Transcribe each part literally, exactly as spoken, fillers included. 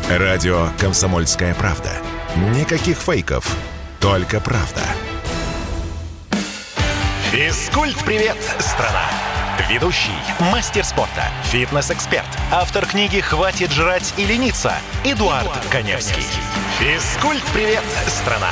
Радио «Комсомольская правда». Никаких фейков, только правда. Физкульт-привет, страна! Ведущий, мастер спорта, фитнес-эксперт, автор книги «Хватит жрать и лениться» Эдуард Коневский. Физкульт-привет, страна!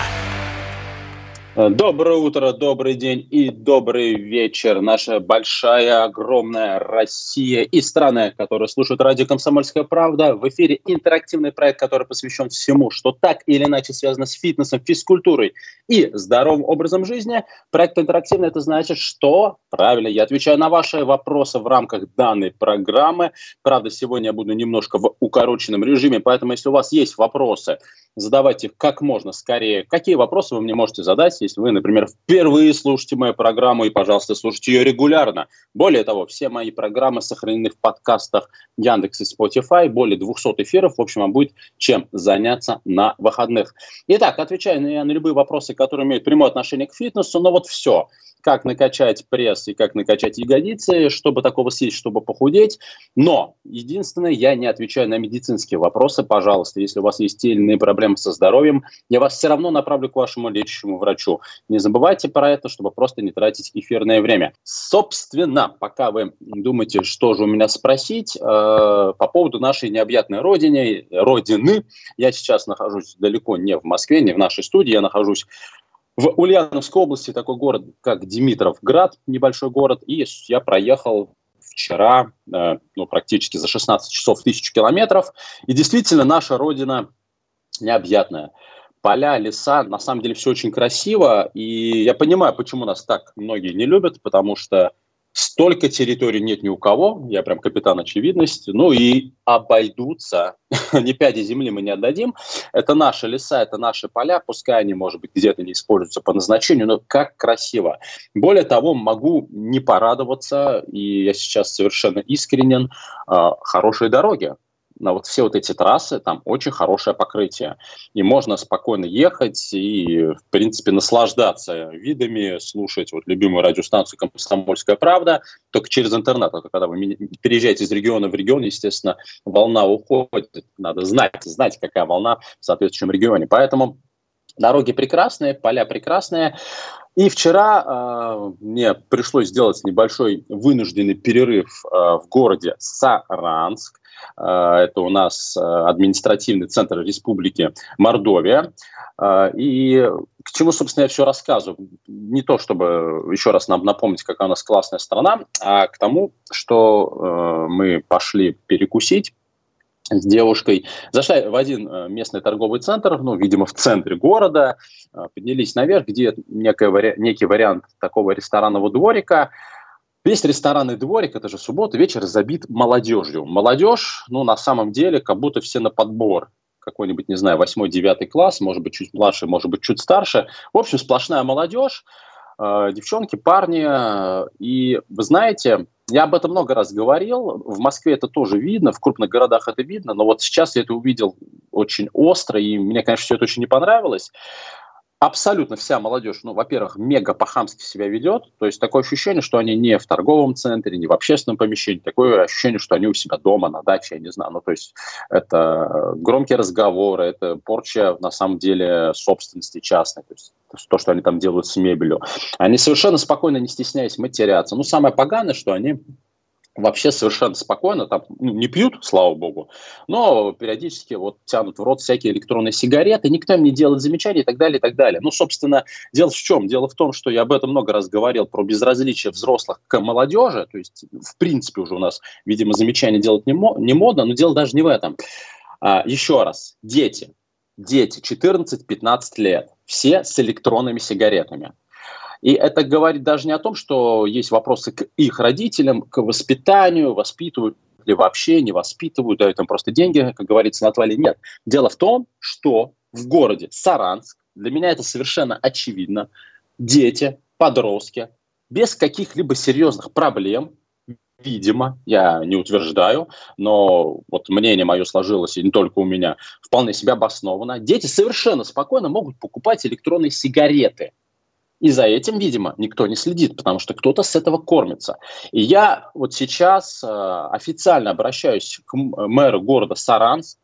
Доброе утро, добрый день и добрый вечер. Наша большая, огромная Россия и страны, которые слушают радио «Комсомольская правда». В эфире интерактивный проект, который посвящен всему, что так или иначе связано с фитнесом, физкультурой и здоровым образом жизни. Проект интерактивный – это значит, что, правильно, я отвечаю на ваши вопросы в рамках данной программы. Правда, сегодня я буду немножко в укороченном режиме, поэтому если у вас есть вопросы, задавайте их как можно скорее. Какие вопросы вы мне можете задать, если вы, например, впервые слушаете мою программу, и, пожалуйста, слушайте ее регулярно. Более того, все мои программы сохранены в подкастах Яндекс и Spotify, более двухсот эфиров. В общем, вам будет чем заняться на выходных. Итак, отвечаю на, на любые вопросы, которые имеют прямое отношение к фитнесу, но вот все. Как накачать пресс и как накачать ягодицы, чтобы такого съесть, чтобы похудеть. Но, единственное, я не отвечаю на медицинские вопросы. Пожалуйста, если у вас есть те или иные проблемы со здоровьем, я вас все равно направлю к вашему лечащему врачу. Не забывайте про это, чтобы просто не тратить эфирное время. Собственно, пока вы думаете, что же у меня спросить, э, по поводу нашей необъятной родины, родины, я сейчас нахожусь далеко не в Москве, не в нашей студии, я нахожусь в Ульяновской области, такой город, как Димитровград, небольшой город, и я проехал вчера э, ну, практически за шестнадцать часов тысячу километров, и действительно наша родина необъятная. Поля, леса, на самом деле все очень красиво, и я понимаю, почему нас так многие не любят, потому что столько территорий нет ни у кого, я прям капитан очевидности, ну и обойдутся, ни пяди земли мы не отдадим, это наши леса, это наши поля, пускай они, может быть, где-то не используются по назначению, но как красиво. Более того, могу не порадоваться, и я сейчас совершенно искренен, хорошие дороги. На вот все вот эти трассы, там очень хорошее покрытие. И можно спокойно ехать и, в принципе, наслаждаться видами, слушать вот любимую радиостанцию «Комсомольская правда», только через интернет. А когда вы переезжаете из региона в регион, естественно, волна уходит. Надо знать, знать, какая волна в соответствующем регионе. Поэтому дороги прекрасные, поля прекрасные. И вчера э, мне пришлось сделать небольшой вынужденный перерыв э, в городе Саранск. Это у нас административный центр Республики Мордовия. И к чему, собственно, я все рассказываю? Не то, чтобы еще раз нам напомнить, какая у нас классная страна, а к тому, что мы пошли перекусить с девушкой. Зашли в один местный торговый центр, ну, видимо, в центре города, поднялись наверх, где некий, некий вариант такого ресторанного дворика. Весь ресторанный дворик, это же суббота, вечер забит молодежью. Молодежь, ну, на самом деле, как будто все на подбор. Какой-нибудь, не знаю, восьмой, девятый класс, может быть, чуть младше, может быть, чуть старше. В общем, сплошная молодежь, э, девчонки, парни. И вы знаете, я об этом много раз говорил. В Москве это тоже видно, в крупных городах это видно. Но вот сейчас я это увидел очень остро, и мне, конечно, все это очень не понравилось. Абсолютно вся молодежь, ну, во-первых, мега по-хамски себя ведет. То есть такое ощущение, что они не в торговом центре, не в общественном помещении. Такое ощущение, что они у себя дома, на даче, я не знаю. Ну, то есть это громкие разговоры, это порча, на самом деле, собственности частной. То есть то, что они там делают с мебелью. Они совершенно спокойно, не стесняясь, матерятся. Ну, самое поганое, что они вообще совершенно спокойно, там, ну, не пьют, слава богу, но периодически вот тянут в рот всякие электронные сигареты, никто им не делает замечаний и так далее, и так далее. Ну, собственно, дело в чем? Дело в том, что я об этом много раз говорил, про безразличие взрослых к молодежи, то есть, в принципе, уже у нас, видимо, замечания делать не, мо- не модно, но дело даже не в этом. А, еще раз, дети, дети четырнадцать-пятнадцать лет, все с электронными сигаретами. И это говорит даже не о том, что есть вопросы к их родителям, к воспитанию, воспитывают ли вообще, не воспитывают, дают им просто деньги, как говорится, на отвале. Нет. Дело в том, что в городе Саранск, для меня это совершенно очевидно, дети, подростки, без каких-либо серьезных проблем, видимо, я не утверждаю, но вот мнение мое сложилось, и не только у меня, вполне себе обоснованно, дети совершенно спокойно могут покупать электронные сигареты. И за этим, видимо, никто не следит, потому что кто-то с этого кормится. И я вот сейчас э, официально обращаюсь к мэру города Саранск,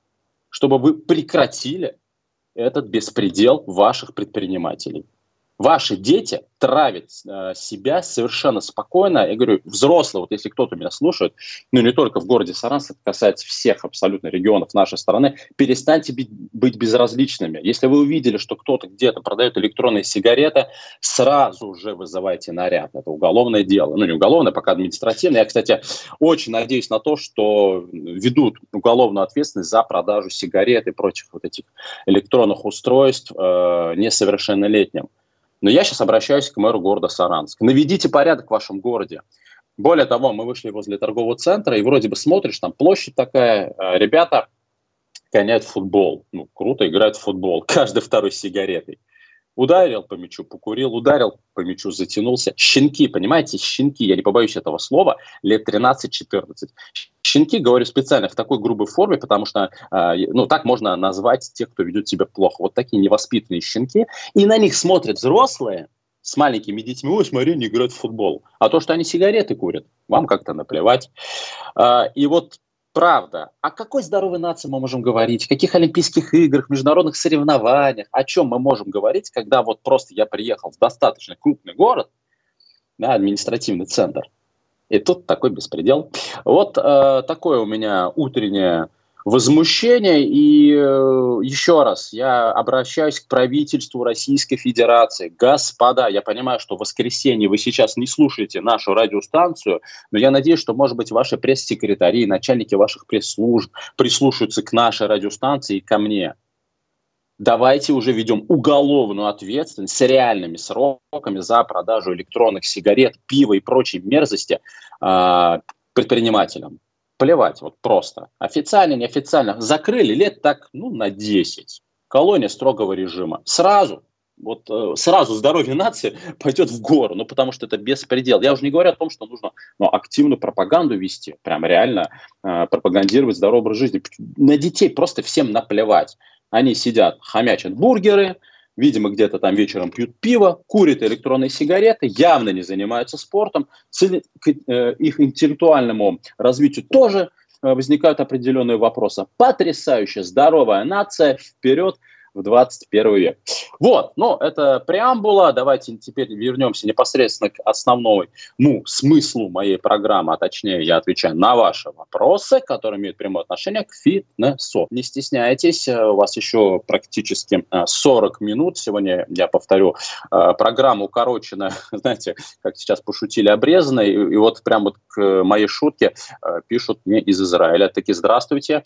чтобы вы прекратили этот беспредел ваших предпринимателей. Ваши дети травят э, себя совершенно спокойно. Я говорю, взрослые, вот если кто-то меня слушает, ну не только в городе Саранск, это касается всех абсолютно регионов нашей страны, перестаньте быть, быть безразличными. Если вы увидели, что кто-то где-то продает электронные сигареты, сразу же вызывайте наряд. Это уголовное дело. Ну не уголовное, пока административное. Я, кстати, очень надеюсь на то, что ведут уголовную ответственность за продажу сигарет и прочих вот этих электронных устройств э, несовершеннолетним. Но я сейчас обращаюсь к мэру города Саранск. Наведите порядок в вашем городе. Более того, мы вышли возле торгового центра, и вроде бы смотришь, там площадь такая, ребята гоняют в футбол. Ну, круто, играют в футбол. Каждый второй с сигаретой. Ударил по мячу, покурил, ударил по мячу, затянулся. Щенки, понимаете, щенки, я не побоюсь этого слова, лет тринадцать-четырнадцать. Щенки, говорю специально в такой грубой форме, потому что, э, ну, так можно назвать тех, кто ведет себя плохо. Вот такие невоспитанные щенки. И на них смотрят взрослые с маленькими детьми. Ой, смотри, они играют в футбол. А то, что они сигареты курят, вам как-то наплевать. Э, и вот правда. О какой здоровой нации мы можем говорить? О каких олимпийских играх, международных соревнованиях? О чем мы можем говорить, когда вот просто я приехал в достаточно крупный город, да, административный центр, и тут такой беспредел. Вот э, такое у меня утреннее возмущение. И э, еще раз я обращаюсь к правительству Российской Федерации. Господа, я понимаю, что в воскресенье вы сейчас не слушаете нашу радиостанцию, но я надеюсь, что, может быть, ваши пресс-секретари, начальники ваших пресс-служб прислушаются к нашей радиостанции и ко мне. Давайте уже ведем уголовную ответственность с реальными сроками за продажу электронных сигарет, пива и прочей мерзости э, предпринимателям. Плевать, вот просто. Официально, неофициально. Закрыли лет так, ну, на десять. Колония строгого режима. Сразу, вот э, сразу здоровье нации пойдет в гору, ну, потому что это беспредел. Я уже не говорю о том, что нужно, ну, активную пропаганду вести, прям реально э, пропагандировать здоровый образ жизни. На детей просто всем наплевать. Они сидят, хомячат бургеры, видимо, где-то там вечером пьют пиво, курят электронные сигареты, явно не занимаются спортом. К их интеллектуальному развитию тоже возникают определенные вопросы. Потрясающая, здоровая нация, вперед в двадцать первый век. Вот, ну, это преамбула. Давайте теперь вернемся непосредственно к основному, ну, смыслу моей программы, а точнее я отвечаю на ваши вопросы, которые имеют прямое отношение к фитнесу. Не стесняйтесь, у вас еще практически сорок минут. Сегодня, я повторю, программа укороченная, знаете, как сейчас пошутили, обрезанная. И, и вот прям вот к моей шутке пишут мне из Израиля. Таки здравствуйте.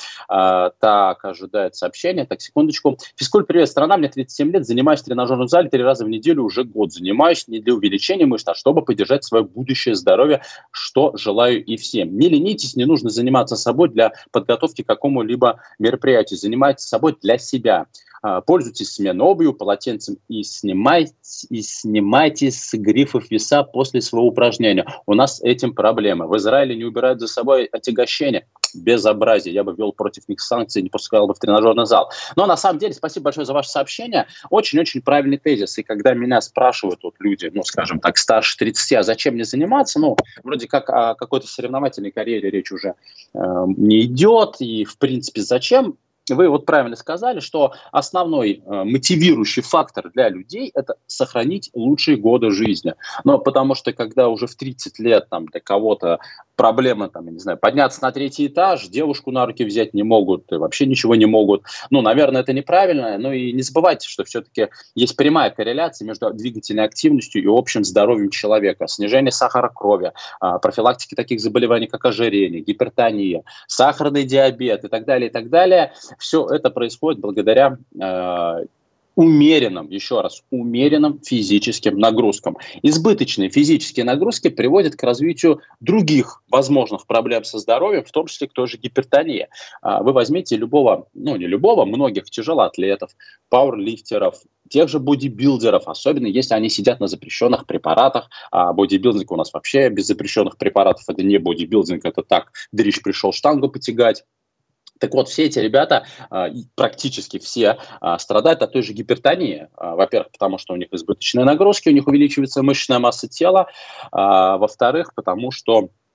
Так, ожидает сообщение. Так, секундочку. Физкульт, привет, страна, мне тридцать семь лет, занимаюсь в тренажерном зале три раза в неделю, уже год занимаюсь, не для увеличения мышц, а чтобы поддержать свое будущее здоровье, что желаю и всем. Не ленитесь, не нужно заниматься собой для подготовки к какому-либо мероприятию, занимайтесь собой для себя. Пользуйтесь сменной обувью, полотенцем и снимайте, и снимайте с грифов веса после своего упражнения. У нас с этим проблемы. В Израиле не убирают за собой отягощения. Безобразие. Я бы ввел против них санкции, не пускал бы в тренажерный зал. Но на самом деле, спасибо большое за ваше сообщение. Очень-очень правильный тезис. И когда меня спрашивают вот люди, ну, скажем так, старше тридцати, а зачем мне заниматься? Ну, вроде как о какой-то соревновательной карьере речь уже э, не идет. И, в принципе, зачем? Вы вот правильно сказали, что основной э, мотивирующий фактор для людей – это сохранить лучшие годы жизни. Но потому что когда уже в тридцать лет там, для кого-то проблема, там, я не знаю, подняться на третий этаж, девушку на руки взять не могут, и вообще ничего не могут. Ну, наверное, это неправильно. Но и не забывайте, что все-таки есть прямая корреляция между двигательной активностью и общим здоровьем человека. Снижение сахара крови, э, профилактики таких заболеваний, как ожирение, гипертония, сахарный диабет и так далее, и так далее. Все это происходит благодаря э, умеренным, еще раз, умеренным физическим нагрузкам. Избыточные физические нагрузки приводят к развитию других возможных проблем со здоровьем, в том числе к той же гипертонии. Э, вы возьмите любого, ну не любого, многих тяжелоатлетов, пауэрлифтеров, тех же бодибилдеров, особенно если они сидят на запрещенных препаратах. А бодибилдинг у нас вообще без запрещенных препаратов, это не бодибилдинг, это так, дрищ пришел штангу потягать. Так вот, все эти ребята, практически все, страдают от той же гипертонии. Во-первых, потому что у них избыточные нагрузки, у них увеличивается мышечная масса тела. Во-вторых, потому что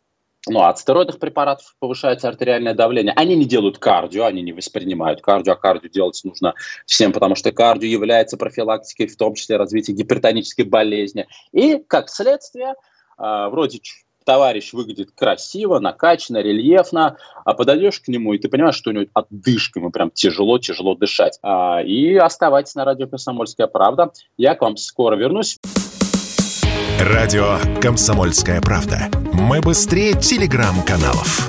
Ну, от стероидных препаратов повышается артериальное давление. Они не делают кардио, они не воспринимают кардио, а кардио делать нужно всем, потому что кардио является профилактикой, в том числе развития гипертонической болезни. И, как следствие, вроде товарищ выглядит красиво, накачанно, рельефно, а подойдешь к нему, и ты понимаешь, что у него отдышка, ему прям тяжело-тяжело дышать. И оставайтесь на радио «Комсомольская правда». Я к вам скоро вернусь. Радио «Комсомольская правда». Мы быстрее телеграм-каналов.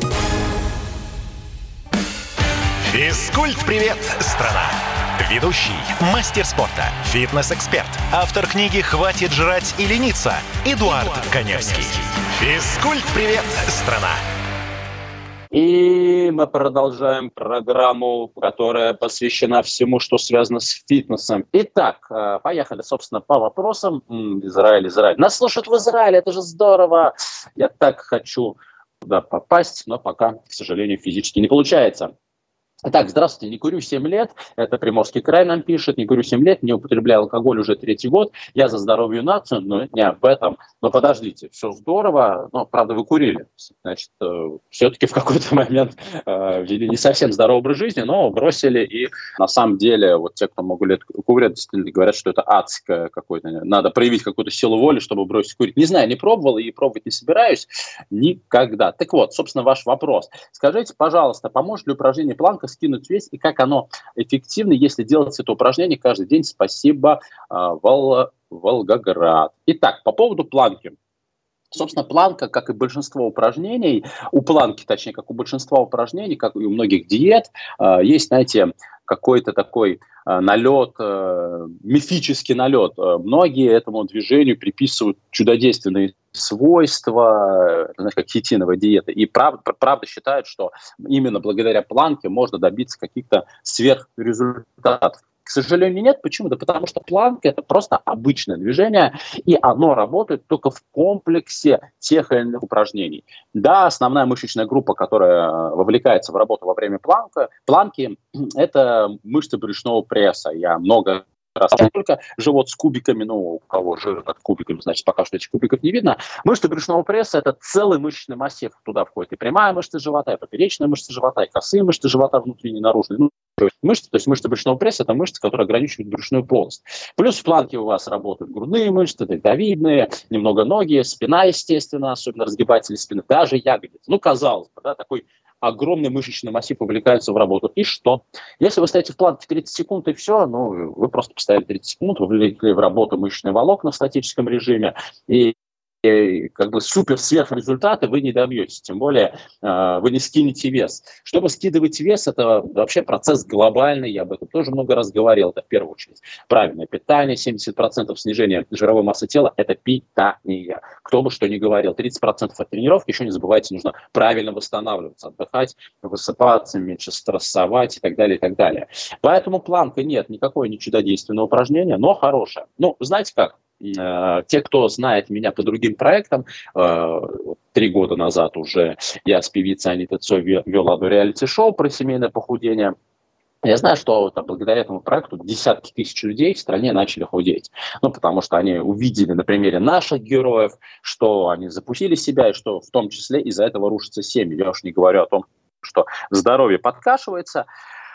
Физкульт-привет, страна! Ведущий, мастер спорта, фитнес-эксперт, автор книги «Хватит жрать и лениться» Эдуард Коневский. Физкульт-привет, страна! И мы продолжаем программу, которая посвящена всему, что связано с фитнесом. Итак, поехали, собственно, по вопросам. Израиль, Израиль. Нас слушают в Израиле, это же здорово. Я так хочу туда попасть, но пока, к сожалению, физически не получается. Итак, здравствуйте, не курю семь лет, это Приморский край нам пишет, не курю семь лет, не употребляю алкоголь уже третий год, я за здоровую нацию, но не об этом. Но подождите, все здорово, но, правда, вы курили, значит, все-таки в какой-то момент э, вели не совсем здоровый образ жизни, но бросили, и на самом деле, вот те, кто много лет курят, действительно говорят, что это адское какое-то, надо проявить какую-то силу воли, чтобы бросить курить. Не знаю, не пробовал и пробовать не собираюсь никогда. Так вот, собственно, ваш вопрос. Скажите, пожалуйста, поможет ли упражнение планка скинуть вес и как оно эффективно, если делать это упражнение каждый день? Спасибо, Вол... Волгоград. Итак, по поводу планки. Собственно, планка, как и большинство упражнений, у планки, точнее, как у большинства упражнений, как и у многих диет, есть, знаете, какой-то такой налет, мифический налет. Многие этому движению приписывают чудодейственные свойства, знаешь, как хитиновая диета. И правда, правда считают, что именно благодаря планке можно добиться каких-то сверхрезультатов. К сожалению, нет. Почему? Да потому что планка – это просто обычное движение, и оно работает только в комплексе тех или иных упражнений. Да, основная мышечная группа, которая вовлекается в работу во время планка, планки – это мышцы брюшного пресса. Я много раз не только живот с кубиками, ну, у кого жир над кубиками, значит, пока что этих кубиков не видно. Мышцы брюшного пресса – это целый мышечный массив. Туда входит и прямая мышца живота, и поперечная мышца живота, и косые мышцы живота, внутренние и наружные. Ну, мышцы, то есть мышцы брюшного пресса – это мышцы, которые ограничивают брюшную полость. Плюс в планке у вас работают грудные мышцы, дельтовидные, немного ноги, спина, естественно, особенно разгибатели спины, даже ягодицы. Ну, казалось бы, да, такой огромный мышечный массив увлекается в работу. И что? Если вы стоите в планке тридцать секунд и все, ну, вы просто постояли тридцать секунд, вы вовлекли в работу мышечные волокна в статическом режиме, и И как бы супер-сверхрезультаты вы не добьетесь, тем более э, вы не скинете вес. Чтобы скидывать вес, это вообще процесс глобальный, я об этом тоже много раз говорил, это в первую очередь правильное питание, семьдесят процентов снижения жировой массы тела – это питание. Кто бы что ни говорил, тридцать процентов от тренировки, еще не забывайте, нужно правильно восстанавливаться, отдыхать, высыпаться, меньше стрессовать и так далее, и так далее. Поэтому планка нет, никакое не чудодейственное упражнение, но хорошее. Ну, знаете как? Те, кто знает меня по другим проектам, три года назад уже я с певицей Анитой Цой вел одно реалити-шоу про семейное похудение. Я знаю, что там, благодаря этому проекту десятки тысяч людей в стране начали худеть. Ну, потому что они увидели на примере наших героев, что они запустили себя, и что в том числе из-за этого рушатся семьи. Я уж не говорю о том, что здоровье подкашивается.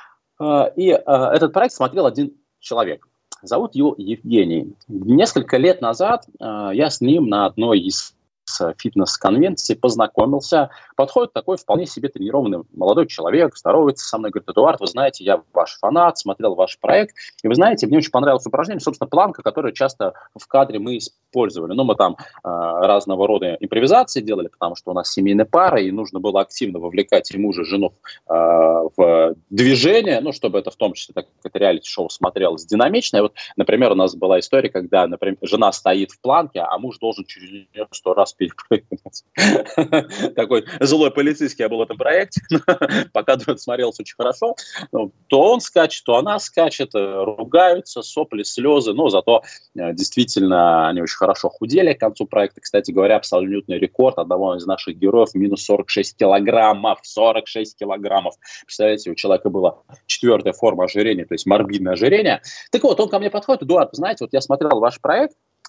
И этот проект смотрел один человек. Зовут его Евгений. Несколько лет назад э, я с ним на одной из фитнес-конвенций познакомился. Подходит такой вполне себе тренированный молодой человек, здоровается со мной, говорит: Эдуард, вы знаете, я ваш фанат, смотрел ваш проект, и вы знаете, мне очень понравилось упражнение, собственно, планка, которую часто в кадре мы использовали. Ну, мы там э, разного рода импровизации делали, потому что у нас семейная пара, и нужно было активно вовлекать и мужа, и жену э, в движение, ну, чтобы это в том числе, так как это реалити-шоу смотрелось динамично. И вот, например, у нас была история, когда, например, жена стоит в планке, а муж должен через нее сто раз перепрыгнуть. Такой злой полицейский я был в этом проекте, пока смотрелось очень хорошо. То он скачет, то она скачет, ругаются, сопли, слезы, но зато действительно они очень хорошо худели к концу проекта. Кстати говоря, абсолютный рекорд одного из наших героев – минус сорок шесть килограммов. сорок шесть килограммов. Представляете, у человека была четвертая форма ожирения, то есть морбидное ожирение. Так вот, он ко мне подходит: Эдуард, знаете, вот я смотрел ваш проект,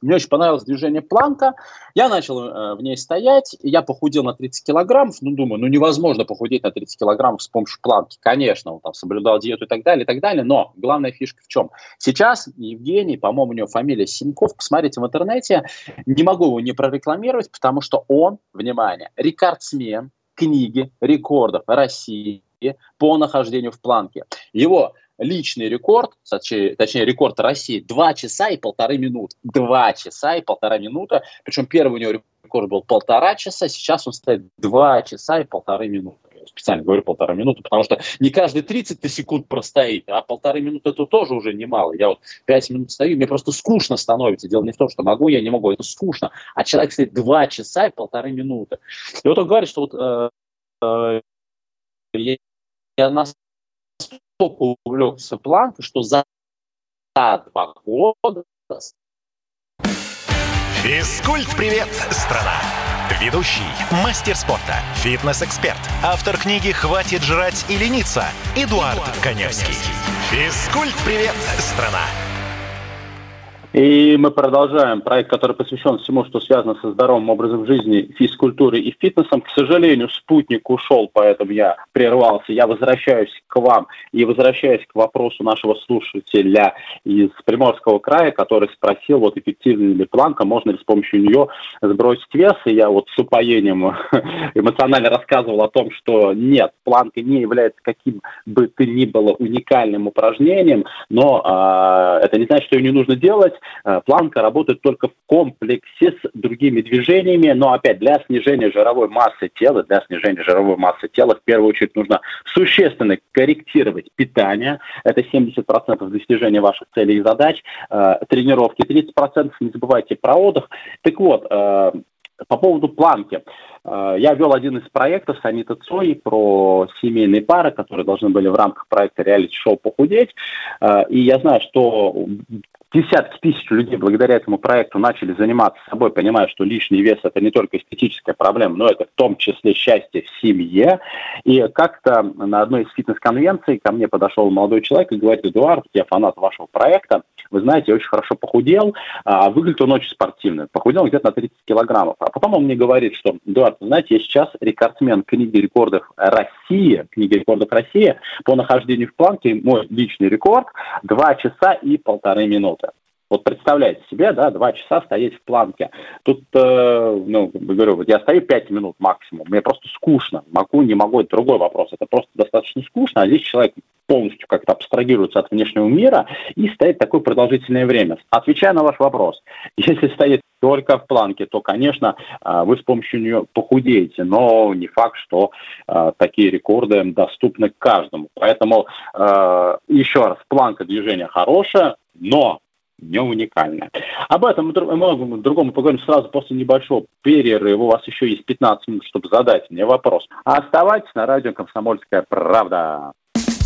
Мне очень понравилось движение планка. Я начал э, в ней стоять. Я похудел на тридцать килограммов. Ну, думаю, ну невозможно похудеть на тридцать килограммов с помощью планки. Конечно, он там соблюдал диету и так далее, и так далее. Но главная фишка в чем? Сейчас Евгений, по-моему, у него фамилия Синьков. Посмотрите в интернете. Не могу его не прорекламировать, потому что он, внимание, рекордсмен книги рекордов России по нахождению в планке. Его личный рекорд, точнее, точнее рекорд России, два часа и полторы минуты. два часа и полтора минуты. Причем первый у него рекорд был полтора часа, сейчас он стоит два часа и полторы минуты. Я специально говорю полтора минуты, потому что не каждый тридцать секунд простоит, а полторы минуты это тоже уже немало. Я вот пять минут стою, мне просто скучно становится. Дело не в том, что могу, я не могу, это скучно. А человек стоит два часа и полторы минуты. И вот он говорит, что вот э, э, я, я настолько увлекся планкой, что за два года... Физкульт-привет, страна! Ведущий, мастер спорта, фитнес-эксперт, автор книги «Хватит жрать и лениться» Эдуард Коневский. Физкульт-привет, страна! И мы продолжаем проект, который посвящен всему, что связано со здоровым образом жизни, физкультурой и фитнесом. К сожалению, спутник ушел, поэтому я прервался. Я возвращаюсь к вам и возвращаюсь к вопросу нашего слушателя из Приморского края, который спросил, вот эффективна ли планка, можно ли с помощью нее сбросить вес. И я вот с упоением эмоционально рассказывал о том, что нет, планка не является каким бы то ни было уникальным упражнением, но а, это не значит, что ее не нужно делать. Планка работает только в комплексе с другими движениями, но опять для снижения жировой массы тела, для снижения жировой массы тела в первую очередь нужно существенно корректировать питание, это семьдесят процентов достижения ваших целей и задач, тренировки тридцать процентов, не забывайте про отдых. Так вот, по поводу планки. Я вел один из проектов с Анитой Цой про семейные пары, которые должны были в рамках проекта реалити-шоу «Похудеть». И я знаю, что десятки тысяч людей благодаря этому проекту начали заниматься собой, понимая, что лишний вес – это не только эстетическая проблема, но это в том числе счастье в семье. И как-то на одной из фитнес-конвенций ко мне подошел молодой человек и говорит: Эдуард, я фанат вашего проекта, вы знаете, я очень хорошо похудел, а выглядит он очень спортивно. Похудел где-то на тридцать килограммов. А потом он мне говорит, что, Эдуард, вы знаете, я сейчас рекордсмен книги рекордов России, книги рекордов России по нахождению в планке, мой личный рекорд – два часа и полторы минуты. Вот представляете себе, да, два часа стоять в планке. Тут, э, ну, говорю, вот я стою пять минут максимум, мне просто скучно. Могу, не могу, это другой вопрос. Это просто достаточно скучно, а здесь человек полностью как-то абстрагируется от внешнего мира и стоит такое продолжительное время. Отвечая на ваш вопрос, если стоит только в планке, то, конечно, вы с помощью нее похудеете, но не факт, что э, такие рекорды доступны каждому. Поэтому, э, еще раз, планка движения хорошая, но не уникальная. Об этом мы многому другому поговорим сразу после небольшого перерыва. У вас еще есть пятнадцать минут, чтобы задать мне вопрос. Оставайтесь на радио «Комсомольская правда».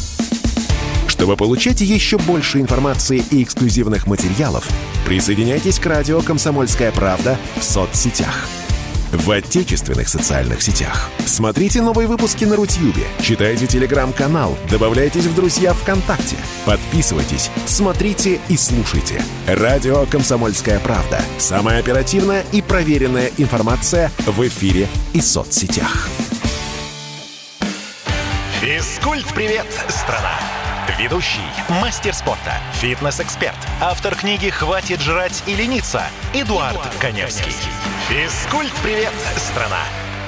Чтобы получать еще больше информации и эксклюзивных материалов, присоединяйтесь к радио «Комсомольская правда» в соцсетях. В отечественных социальных сетях. Смотрите новые выпуски на Рутьюбе, читайте телеграм-канал, добавляйтесь в друзья ВКонтакте, подписывайтесь, смотрите и слушайте. Радио «Комсомольская правда». Самая оперативная и проверенная информация в эфире и соцсетях. Физкульт-привет, страна! Ведущий, мастер спорта, фитнес-эксперт, автор книги «Хватит жрать и лениться» Эдуард Коневский. Физкульт-привет, страна!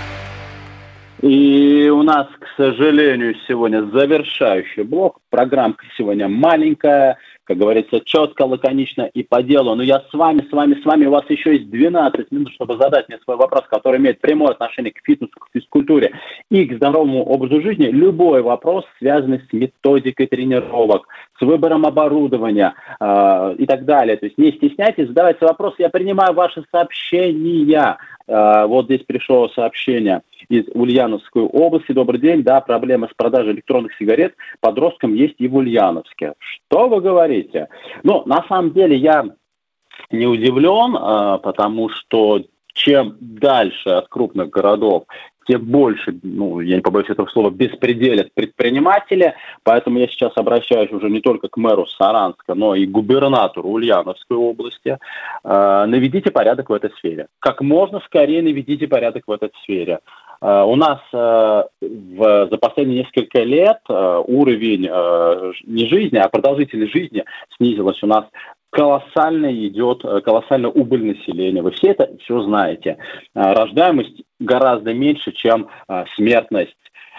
И у нас, к сожалению, сегодня завершающий блок. Программка сегодня маленькая, как говорится, четко, лаконично и по делу. Но я с вами, с вами, с вами. У вас еще есть двенадцать минут, чтобы задать мне свой вопрос, который имеет прямое отношение к фитнесу, к физкультуре и к здоровому образу жизни. Любой вопрос, связанный с методикой тренировок, с выбором оборудования э, и так далее. То есть не стесняйтесь, задавайте вопросы. Я принимаю ваши сообщения. Э, вот здесь пришло сообщение из Ульяновской области. Добрый день. Да, проблема с продажей электронных сигарет подросткам есть и в Ульяновске. Что вы говорите? Ну, на самом деле я не удивлен, потому что чем дальше от крупных городов, все больше, ну, я не побоюсь этого слова, беспределят предприниматели, поэтому я сейчас обращаюсь уже не только к мэру Саранска, но и к губернатору Ульяновской области. Наведите порядок в этой сфере. Как можно скорее наведите порядок в этой сфере. У нас в, за последние несколько лет уровень не жизни, а продолжительность жизни снизилась. У нас колоссально идет, колоссальный убыль населения. Вы все это все знаете. Рождаемость гораздо меньше, чем смертность.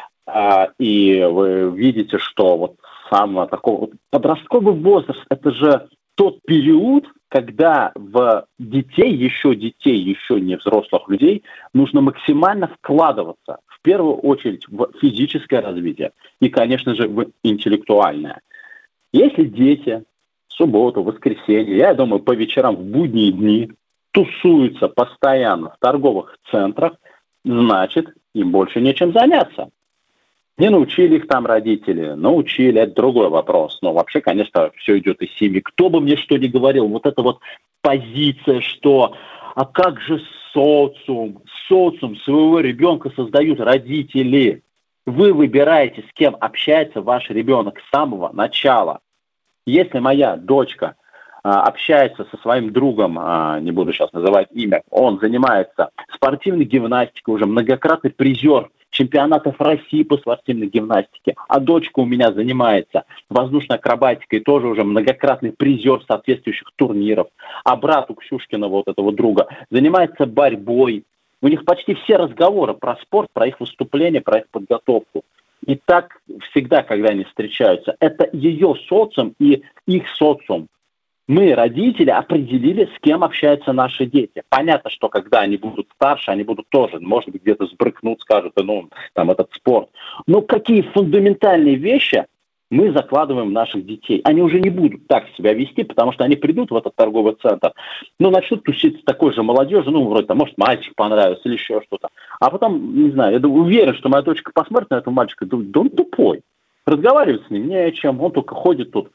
И вы видите, что вот самого такого вот подростковый возраст, это же тот период, когда в детей, еще детей, еще не взрослых людей, нужно максимально вкладываться, в первую очередь, в физическое развитие и, конечно же, в интеллектуальное. Если дети в субботу, воскресенье, я думаю, по вечерам в будние дни тусуются постоянно в торговых центрах, значит, им больше нечем заняться. Не научили их там родители, научили, это другой вопрос. Но вообще, конечно, все идет из семьи. Кто бы мне что ни говорил, вот эта вот позиция, что а как же социум, социум своего ребенка создают родители. Вы выбираете, с кем общается ваш ребенок с самого начала. Если моя дочка а, общается со своим другом, а, не буду сейчас называть имя, он занимается спортивной гимнастикой, уже многократный призер чемпионатов России по спортивной гимнастике, а дочка у меня занимается воздушной акробатикой, тоже уже многократный призер соответствующих турниров, а брат у Ксюшкина, вот этого друга, занимается борьбой. У них почти все разговоры про спорт, про их выступления, про их подготовку. И так всегда, когда они встречаются, это ее социум и их социум. Мы, родители, определили, с кем общаются наши дети. Понятно, что когда они будут старше, они будут тоже, может быть, где-то сбрыкнут, скажут, ну, там, этот спорт. Но какие фундаментальные вещи мы закладываем в наших детей? Они уже не будут так себя вести, потому что они придут в этот торговый центр, ну, начнут тусить с такой же молодежью, ну, вроде там, может, мальчик понравится или еще что-то. А потом, не знаю, я уверен, что моя дочка посмотрит на этого мальчика, да он тупой. Разговаривать с ним не о чем, он только ходит тут,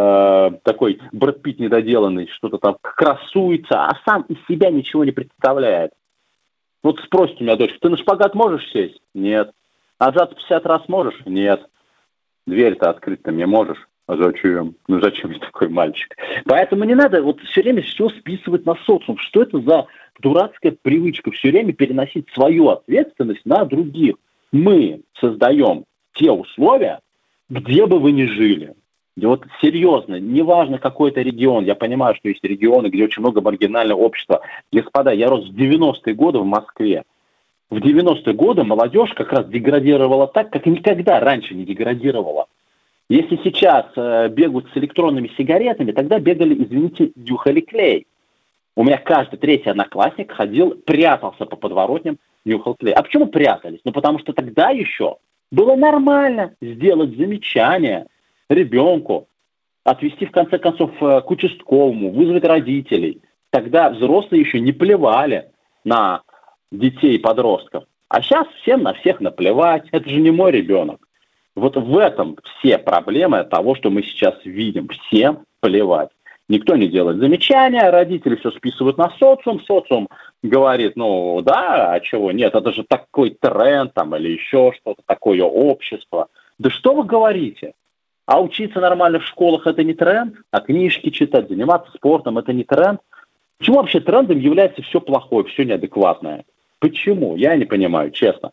э, такой Брэд Питт недоделанный, что-то там красуется, а сам из себя ничего не представляет. Вот спросит у меня дочка, ты на шпагат можешь сесть? Нет. Отжаться пятьдесят раз можешь? Нет. Дверь-то открыть-то мне можешь? А зачем? Ну зачем мне такой мальчик? Поэтому не надо вот все время все списывать на социум. Что это за дурацкая привычка? Все время переносить свою ответственность на других. Мы создаем те условия, где бы вы ни жили. Вот серьезно, неважно какой это регион, я понимаю, что есть регионы, где очень много маргинального общества. Господа, я рос в девяностые годы в Москве. В девяностые годы молодежь как раз деградировала так, как никогда раньше не деградировала. Если сейчас э, бегают с электронными сигаретами, тогда бегали, извините, нюхали клей. У меня каждый третий одноклассник ходил, прятался по подворотням, нюхал клей. А почему прятались? Ну, потому что тогда еще было нормально сделать замечание ребенку, отвезти, в конце концов, к участковому, вызвать родителей. Тогда взрослые еще не плевали на детей и подростков. А сейчас всем на всех наплевать. Это же не мой ребенок. Вот в этом все проблемы того, что мы сейчас видим. Всем плевать. Никто не делает замечания, родители все списывают на социум. Социум говорит, ну да, а чего нет, это же такой тренд там или еще что-то, такое общество. Да что вы говорите? А учиться нормально в школах это не тренд? А книжки читать, заниматься спортом это не тренд? Почему вообще трендом является все плохое, все неадекватное? Почему? Я не понимаю, честно.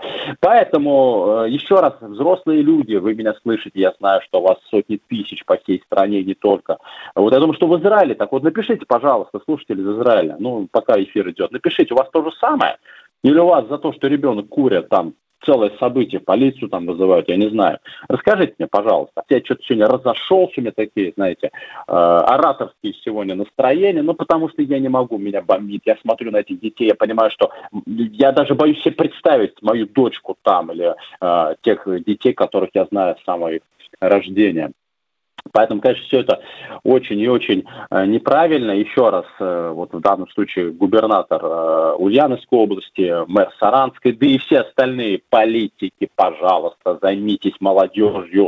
Поэтому, еще раз, взрослые люди, вы меня слышите, я знаю, что у вас сотни тысяч по всей стране, не только. Вот я думаю, что в Израиле, так вот напишите, пожалуйста, слушатели из Израиля, ну, пока эфир идет, напишите, у вас то же самое? Или у вас за то, что ребенок курит, там, целое событие, полицию там вызывают, я не знаю. Расскажите мне, пожалуйста. Я что-то сегодня разошелся, у меня такие, знаете, э, ораторские сегодня настроения, ну, потому что я не могу, меня бомбит. Я смотрю на этих детей, я понимаю, что я даже боюсь себе представить мою дочку там или э, тех детей, которых я знаю с самого их рождения. Поэтому, конечно, все это очень и очень э, неправильно. Еще раз, э, вот в данном случае губернатор э, Ульяновской области, мэр Саранской, да и все остальные политики, пожалуйста, займитесь молодежью.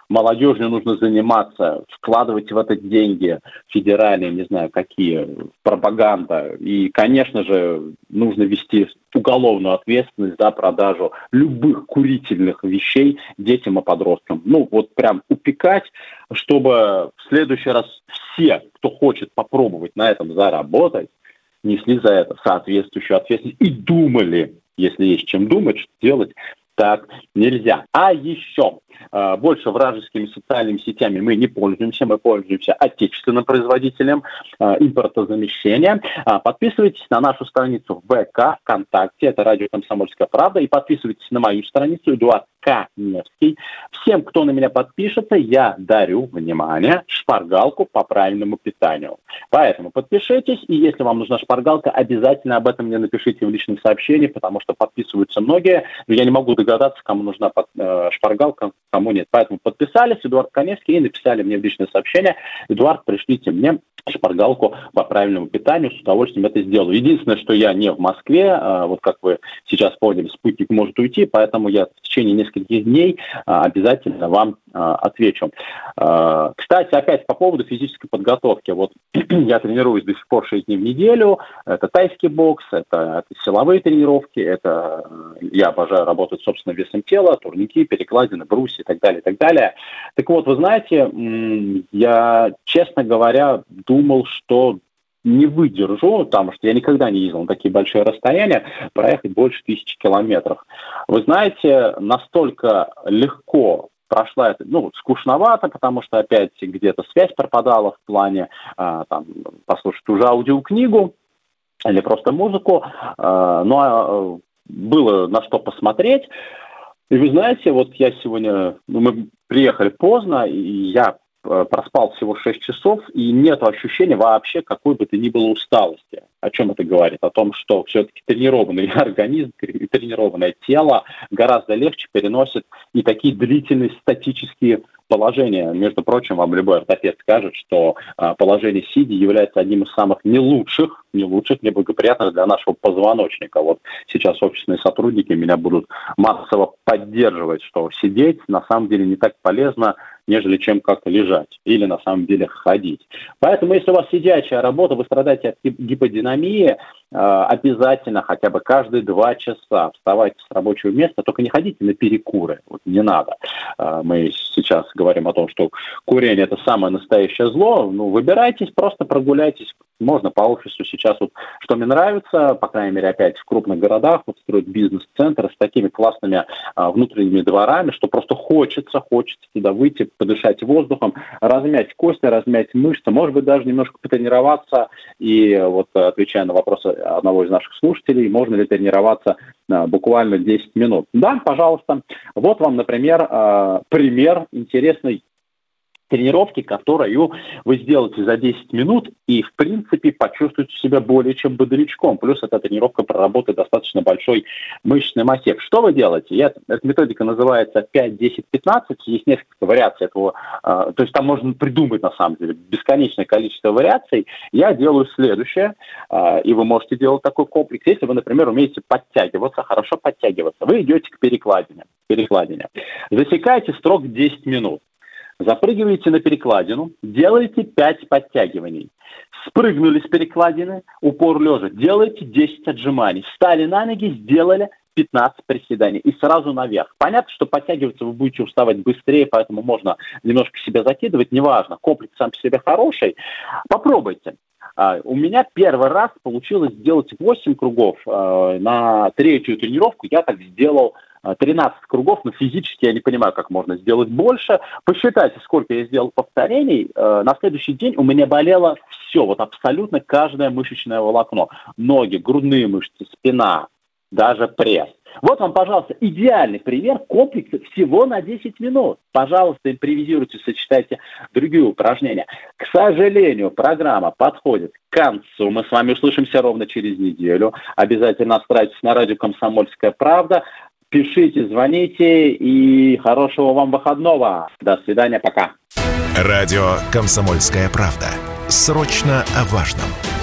молодежью нужно заниматься, вкладывать в это деньги федеральные, не знаю какие, пропаганда. И, конечно же, нужно вести уголовную ответственность за продажу любых курительных вещей детям и подросткам. Ну, вот прям упекать, чтобы в следующий раз все, кто хочет попробовать на этом заработать, несли за это соответствующую ответственность и думали, если есть чем думать, что делать так нельзя. А еще э, больше вражескими социальными сетями мы не пользуемся, мы пользуемся отечественным производителем э, импортозамещения. Э, подписывайтесь на нашу страницу в ВК, ВКонтакте, это радио «Комсомольская правда», и подписывайтесь на мою страницу Эдуард Каневский. Всем, кто на меня подпишется, я дарю, внимание, шпаргалку по правильному питанию. Поэтому подпишитесь, и если вам нужна шпаргалка, обязательно об этом мне напишите в личных сообщениях, потому что подписываются многие, но я не могу догадаться, кому нужна под, э, шпаргалка, кому нет. Поэтому подписались, Эдуард Каневский, и написали мне в личное сообщение: Эдуард, пришлите мне шпаргалку по правильному питанию, с удовольствием это сделаю. Единственное, что я не в Москве, э, вот как вы сейчас поняли, спутник может уйти, поэтому я в течение нескольких дней э, обязательно вам э, отвечу. Э, кстати, опять по поводу физической подготовки. Вот я тренируюсь до сих пор шесть дней в неделю, это тайский бокс, это, это силовые тренировки, это э, я обожаю работать с собственным весом тела, турники, перекладины, брусья и так далее, и так далее. Так вот, вы знаете, я, честно говоря, думал, что не выдержу, потому что я никогда не ездил на такие большие расстояния, проехать больше тысячи километров. Вы знаете, настолько легко прошла это, ну, скучновато, потому что опять где-то связь пропадала в плане а, там, послушать ту же аудиокнигу или просто музыку, а, но а, было на что посмотреть. И вы знаете, вот я сегодня, ну, мы приехали поздно, и я проспал всего шесть часов, и нет ощущения вообще какой бы то ни было усталости. О чем это говорит? О том, что все-таки тренированный организм, тренированное тело гораздо легче переносит и такие длительные статические положения. Между прочим, вам любой ортопед скажет, что а, положение сидя является одним из самых не лучших, не лучших, неблагоприятных для нашего позвоночника. Вот сейчас офисные сотрудники меня будут массово поддерживать, что сидеть на самом деле не так полезно, нежели чем как-то лежать или на самом деле ходить. Поэтому, если у вас сидячая работа, вы страдаете от гиподинамии, обязательно хотя бы каждые два часа вставайте с рабочего места, только не ходите на перекуры, вот не надо. Мы сейчас говорим о том, что курение – это самое настоящее зло. Ну, выбирайтесь, просто прогуляйтесь. Можно по офису сейчас, вот, что мне нравится, по крайней мере, опять в крупных городах, вот строят бизнес-центры с такими классными а, внутренними дворами, что просто хочется, хочется туда выйти, подышать воздухом, размять кости, размять мышцы, может быть, даже немножко потренироваться. И вот, отвечая на вопросы одного из наших слушателей, можно ли тренироваться а, буквально десять минут. Да, пожалуйста. Вот вам, например, а, пример интересный тренировки, которую вы сделаете за десять минут и, в принципе, почувствуете себя более чем бодрячком. Плюс эта тренировка проработает достаточно большой мышечный массив. Что вы делаете? Я, эта методика называется пять десять пятнадцать. Есть несколько вариаций этого. Э, то есть там можно придумать, на самом деле, бесконечное количество вариаций. Я делаю следующее, э, и вы можете делать такой комплекс. Если вы, например, умеете подтягиваться, хорошо подтягиваться, вы идете к перекладине. перекладине. Засекаете срок десять минут. Запрыгиваете на перекладину, делаете пять подтягиваний. Спрыгнули с перекладины, упор лежа, делаете десять отжиманий. Встали на ноги, сделали пятнадцать приседаний и сразу наверх. Понятно, что подтягиваться вы будете уставать быстрее, поэтому можно немножко себя закидывать, неважно, комплекс сам по себе хороший. Попробуйте. Uh, у меня первый раз получилось сделать восемь кругов. Uh, на третью тренировку я так сделал uh, тринадцать кругов, но физически я не понимаю, как можно сделать больше. Посчитайте, сколько я сделал повторений. Uh, на следующий день у меня болело все, вот абсолютно каждое мышечное волокно. Ноги, грудные мышцы, спина, даже пресс. Вот вам, пожалуйста, идеальный пример комплекса всего на десять минут. Пожалуйста, импровизируйте, сочетайте другие упражнения. К сожалению, программа подходит к концу. Мы с вами услышимся ровно через неделю. Обязательно настраивайтесь на радио «Комсомольская правда». Пишите, звоните и хорошего вам выходного. До свидания, пока. Радио «Комсомольская правда». Срочно о важном.